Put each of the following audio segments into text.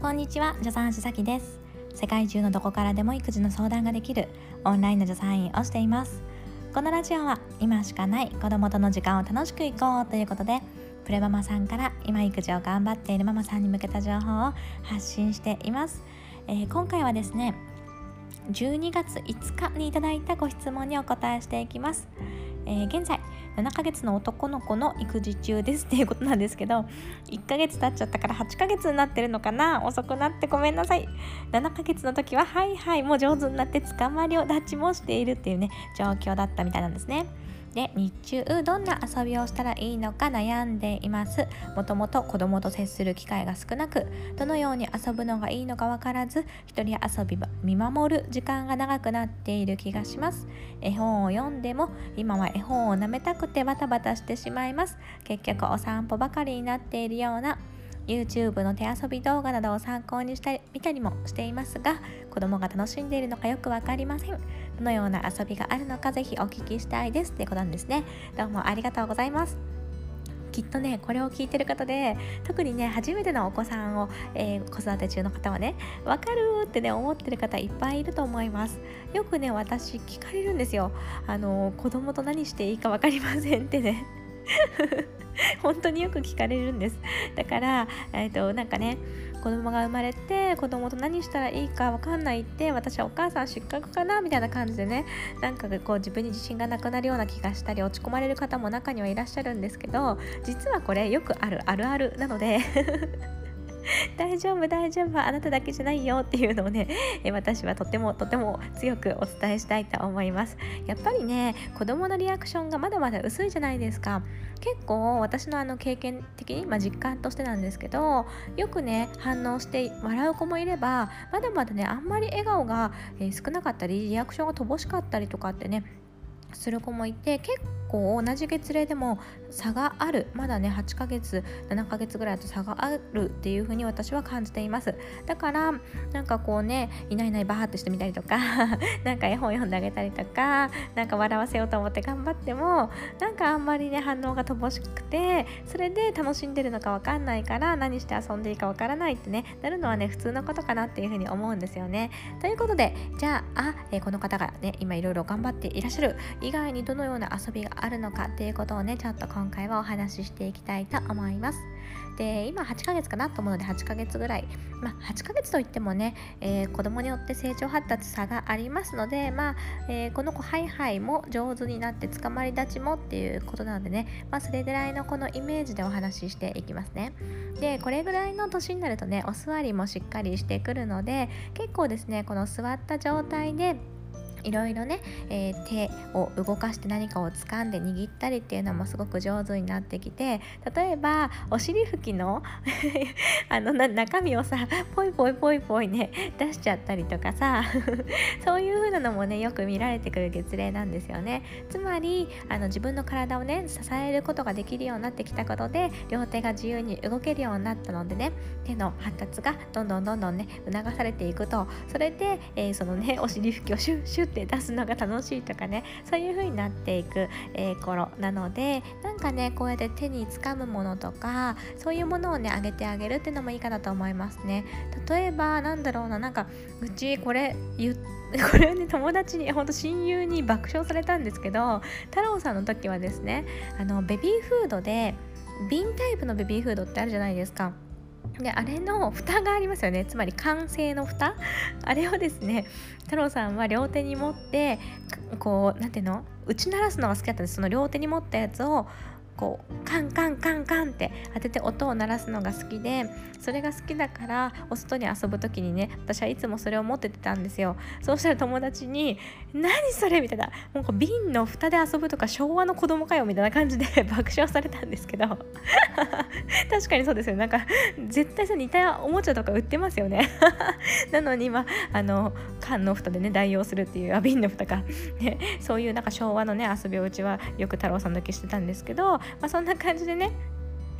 こんにちは、助産師さきです。世界中のどこからでも育児の相談ができるオンラインの助産院をしています。このラジオは今しかない子供との時間を楽しくいこうということで、プレママさんから今育児を頑張っているママさんに向けた情報を発信しています。今回はですね、12月5日にいただいたご質問にお答えしていきます。現在7ヶ月の男の子の育児中ですっていうことなんですけど、1ヶ月経っちゃったから8ヶ月になってるのかな。遅くなってごめんなさい。7ヶ月の時はもう上手になって捕まりを立ちもしているっていうね状況だったみたいなんですね。で、日中どんな遊びをしたらいいのか悩んでいます。もともと子供と接する機会が少なく、どのように遊ぶのがいいのか分からず、一人遊びを見守る時間が長くなっている気がします。絵本を読んでも今は絵本を舐めたくてバタバタしてしまいます。結局お散歩ばかりになっているようなYouTube の手遊び動画などを参考にしてみたりもしていますが、子供が楽しんでいるのかよくわかりません。どのような遊びがあるのかぜひお聞きしたいですってことなんですね。どうもありがとうございます。きっとね、これを聞いてる方で、特にね初めてのお子さんを、子育て中の方はね、わかるってね思ってる方いっぱいいると思います。よくね私聞かれるんですよ。子供と何していいかわかりませんってね本当によく聞かれるんです。だから、なんかね、子供が生まれて子供と何したらいいか分かんないって、私はお母さん失格かなみたいな感じでね、なんかこう自分に自信がなくなるような気がしたり落ち込まれる方も中にはいらっしゃるんですけど、実はこれよくあるあるあるなので大丈夫あなただけじゃないよっていうのをね、私はとても強くお伝えしたいと思います。やっぱりね、子供のリアクションがまだまだ薄いじゃないですか。結構私の経験的に、実感としてなんですけど、よくね反応して笑う子もいれば、まだまだねあんまり笑顔が、少なかったりリアクションが乏しかったりとかってねする子もいて、結構同じ月齢でも差がある。まだね8ヶ月7ヶ月ぐらいと差があるっていう風に私は感じています。だからなんかこうね、いないいないバーってしてみたりとかなんか絵本読んであげたりとか、なんか笑わせようと思って頑張っても、なんかあんまりね反応が乏しくて、それで楽しんでるのか分かんないから、何して遊んでいいか分からないってねなるのはね普通のことかなっていう風に思うんですよね。ということで、じゃあこの方がね今いろいろ頑張っていらっしゃる以外にどのような遊びがあるのかっていうことをね、ちょっと今回はお話ししていきたいと思います。で、今8ヶ月かなと思うので、8ヶ月ぐらい、8ヶ月といってもね、子供によって成長発達差がありますので、この子も上手になって捕まり立ちもっていうことなのでね、それぐらいのこのイメージでお話ししていきますね。で、これぐらいの年になるとね、お座りもしっかりしてくるので、結構ですね、この座った状態でいろいろね、手を動かして何かを掴んで握ったりっていうのもすごく上手になってきて、例えばお尻拭きの中身をさポイポイね出しちゃったりとかさそういう風なのもねよく見られてくる月齢なんですよね。つまり自分の体をね支えることができるようになってきたことで、両手が自由に動けるようになったのでね、手の発達がどんどんね促されていくと、それで、そのねお尻拭きをシュッシュッって出すのが楽しいとかね、そういう風になっていく、頃なので、なんかねこうやって手に掴むものとかそういうものをねあげてあげるっていうのもいいかなと思いますね。例えばなんかうちこれをね友達に本当親友に爆笑されたんですけど、太郎さんの時はですね、ベビーフードで瓶タイプのベビーフードってあるじゃないですか。で、あれの蓋がありますよね。つまり完成の蓋、あれをですね太郎さんは両手に持って、こうなんていうの、打ち鳴らすのが好きだったんです。その両手に持ったやつをこうカンカンって当てて音を鳴らすのが好きで、それが好きだからお外に遊ぶ時にね、私はいつもそれを持っててたんですよ。そうしたら友達に何それみたいな、もう瓶の蓋で遊ぶとか昭和の子供かよみたいな感じで爆笑されたんですけど確かにそうですよ。なんか絶対似たおもちゃとか売ってますよねなのに缶の蓋でね代用するっていう、瓶の蓋か、ね、そういうなんか昭和のね遊びをうちはよく太郎さんだけしてたんですけど、そんな感じでね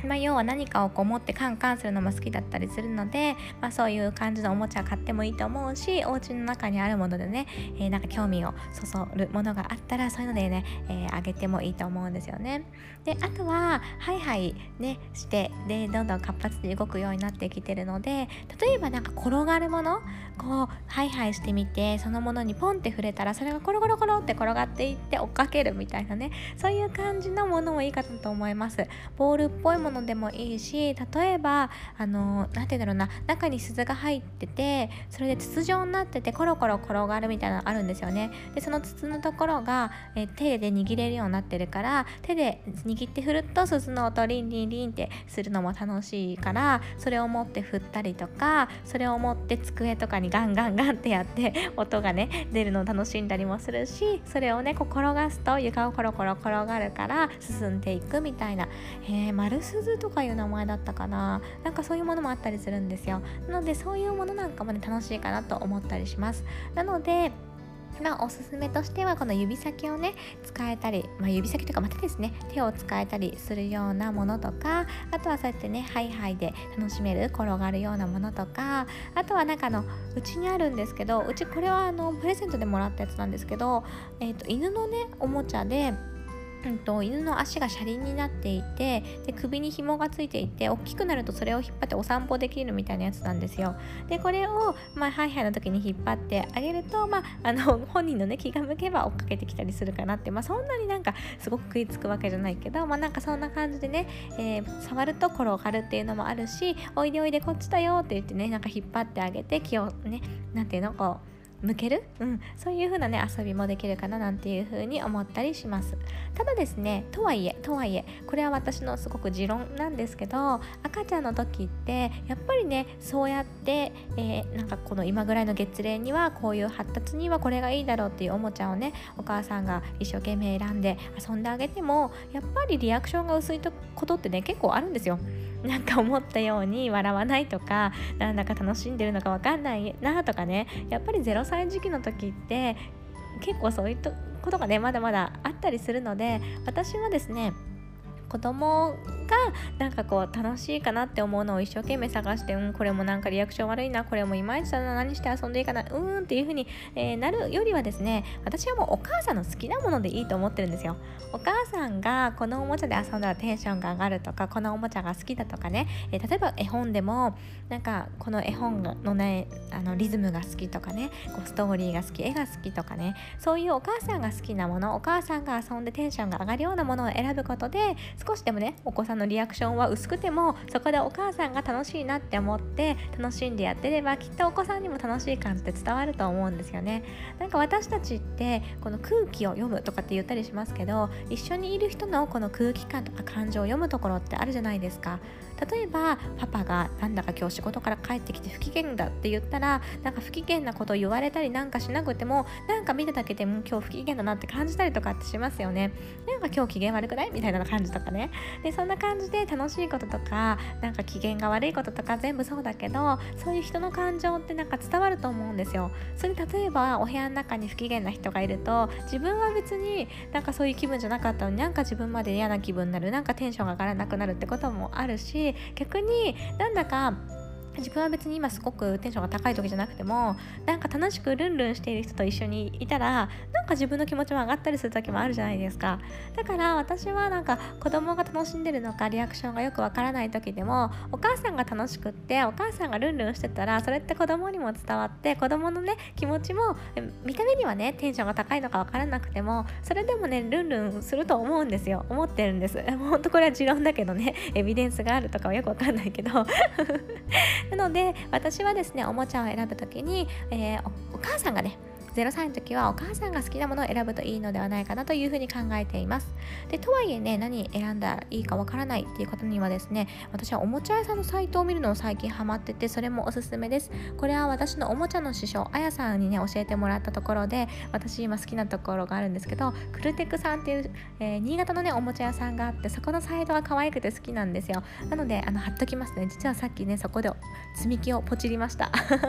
要は何かを持ってカンカンするのも好きだったりするので、そういう感じのおもちゃ買ってもいいと思うし、お家の中にあるものでね、なんか興味をそそるものがあったらそういうのでね、あげてもいいと思うんですよね。であとはハイハイねしてでどんどん活発に動くようになってきてるので、例えばなんか転がるものハイハイしてみて、そのものにポンって触れたらそれがコロコロコロって転がっていって追っかけるみたいなね、そういう感じのものもいいかと思います。ボールっぽいものでもいいし、例えばなんて言うんだろうな、中に鈴が入っててそれで筒状になっててコロコロ転がるみたいなのあるんですよね。でその筒のところが、手で握れるようになってるから、手で握って振ると鈴の音リンリンリンってするのも楽しいから、それを持って振ったりとか、それを持って机とかにガンガンガンってやって音がね出るのを楽しんだりもするし、それをね転がすと床をコロコロ転がるから進んでいくみたいな、丸鈴とかいう名前だったかな、なんかそういうものもあったりするんですよ。なのでそういうものなんかもね楽しいかなと思ったりします。なのでおすすめとしてはこの指先をね使えたり、指先とか手ですね、手を使えたりするようなものとか、あとはそうやってねハイハイで楽しめる転がるようなものとか、あとはなんかうちにあるんですけど、うちこれはプレゼントでもらったやつなんですけど、犬のねおもちゃで犬の足が車輪になっていて、で首に紐がついていて、大きくなるとそれを引っ張ってお散歩できるみたいなやつなんですよ。でこれを、ハイハイの時に引っ張ってあげると、本人のね気が向けば追っかけてきたりするかなって、そんなになんかすごく食いつくわけじゃないけど、なんかそんな感じでね、触ると転がるっていうのもあるし、おいでおいでこっちだよって言ってね、なんか引っ張ってあげて気をね、なんていうの向ける、そういう風なね遊びもできるかななんていう風に思ったりします。ただですね、とはいえこれは私のすごく持論なんですけど、赤ちゃんの時ってやっぱりねそうやって、なんかこの今ぐらいの月齢にはこういう発達にはこれがいいだろうっていうおもちゃをねお母さんが一生懸命選んで遊んであげても、やっぱりリアクションが薄いことってね結構あるんですよ。なんか思ったように笑わないとか、なんだか楽しんでるのか分かんないなとかね、やっぱり0歳時期の時って結構そういうことがねまだまだあったりするので、私はですね子供がなんか楽しいかなって思うのを一生懸命探して、これもなんかリアクション悪いな、これもいまいちだな、何して遊んでいいかなっていう風に、なるよりはですね、私はもうお母さんの好きなものでいいと思ってるんですよ。お母さんがこのおもちゃで遊んだらテンションが上がるとか、このおもちゃが好きだとかね、例えば絵本でもなんかこの絵本のねリズムが好きとかね、ストーリーが好き、絵が好きとかね、そういうお母さんが好きなもの、お母さんが遊んでテンションが上がるようなものを選ぶことで、少しでもねお子さんのリアクションは薄くても、そこでお母さんが楽しいなって思って楽しんでやってれば、きっとお子さんにも楽しい感じで伝わると思うんですよね。なんか私たちってこの空気を読むとかって言ったりしますけど、一緒にいる人のこの空気感とか感情を読むところってあるじゃないですか。例えばパパがなんだか今日仕事から帰ってきて不機嫌だって言ったら、なんか不機嫌なことを言われたりなんかしなくても、なんか見ただけでも今日不機嫌だなって感じたりとかってしますよね。なんか今日機嫌悪くないみたいな感じとかね。でそんな感じで楽しいこととか、なんか機嫌が悪いこととか全部そうだけど、そういう人の感情ってなんか伝わると思うんですよ。それ例えばお部屋の中に不機嫌な人がいると、自分は別になんかそういう気分じゃなかったのに、なんか自分まで嫌な気分になる、なんかテンションが上がらなくなるってこともあるし、逆になんだか自分は別に今すごくテンションが高い時じゃなくても、なんか楽しくルンルンしている人と一緒にいたら、なんか自分の気持ちも上がったりする時もあるじゃないですか。だから私はなんか子供が楽しんでるのかリアクションがよくわからない時でも、お母さんが楽しくってお母さんがルンルンしてたら、それって子供にも伝わって、子供のね気持ちも見た目にはねテンションが高いのかわからなくても、それでもねルンルンすると思うんですよ。思ってるんです。本当これは持論だけどね、エビデンスがあるとかはよくわかんないけどなので私はですね、おもちゃを選ぶときに、お母さんがね0歳の時はお母さんが好きなものを選ぶといいのではないかなというふうに考えています。でとはいえね、何選んだらいいかわからないっていう方にはですね、私はおもちゃ屋さんのサイトを見るのを最近ハマってて、それもおすすめです。これは私のおもちゃの師匠あやさんにね教えてもらったところで、私今好きなところがあるんですけど、クルテクさんっていう、新潟のねおもちゃ屋さんがあって、そこのサイトが可愛くて好きなんですよ。なので貼っときますね。実はさっきねそこで積み木をポチりました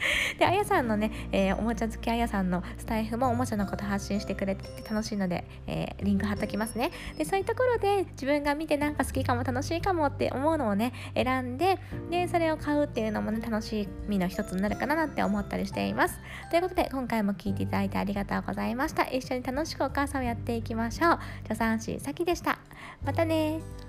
で、あやさんのね、おもちゃ好きあやさんのスタイフもおもちゃのこと発信してくれてて楽しいので、リンク貼っときますね。で、そういうところで自分が見てなんか好きかも楽しいかもって思うのをね選んで、でそれを買うっていうのもね楽しみの一つになるかななんて思ったりしています。ということで今回も聞いていただいてありがとうございました。一緒に楽しくお母さんをやっていきましょう。助産師さきでした。またね。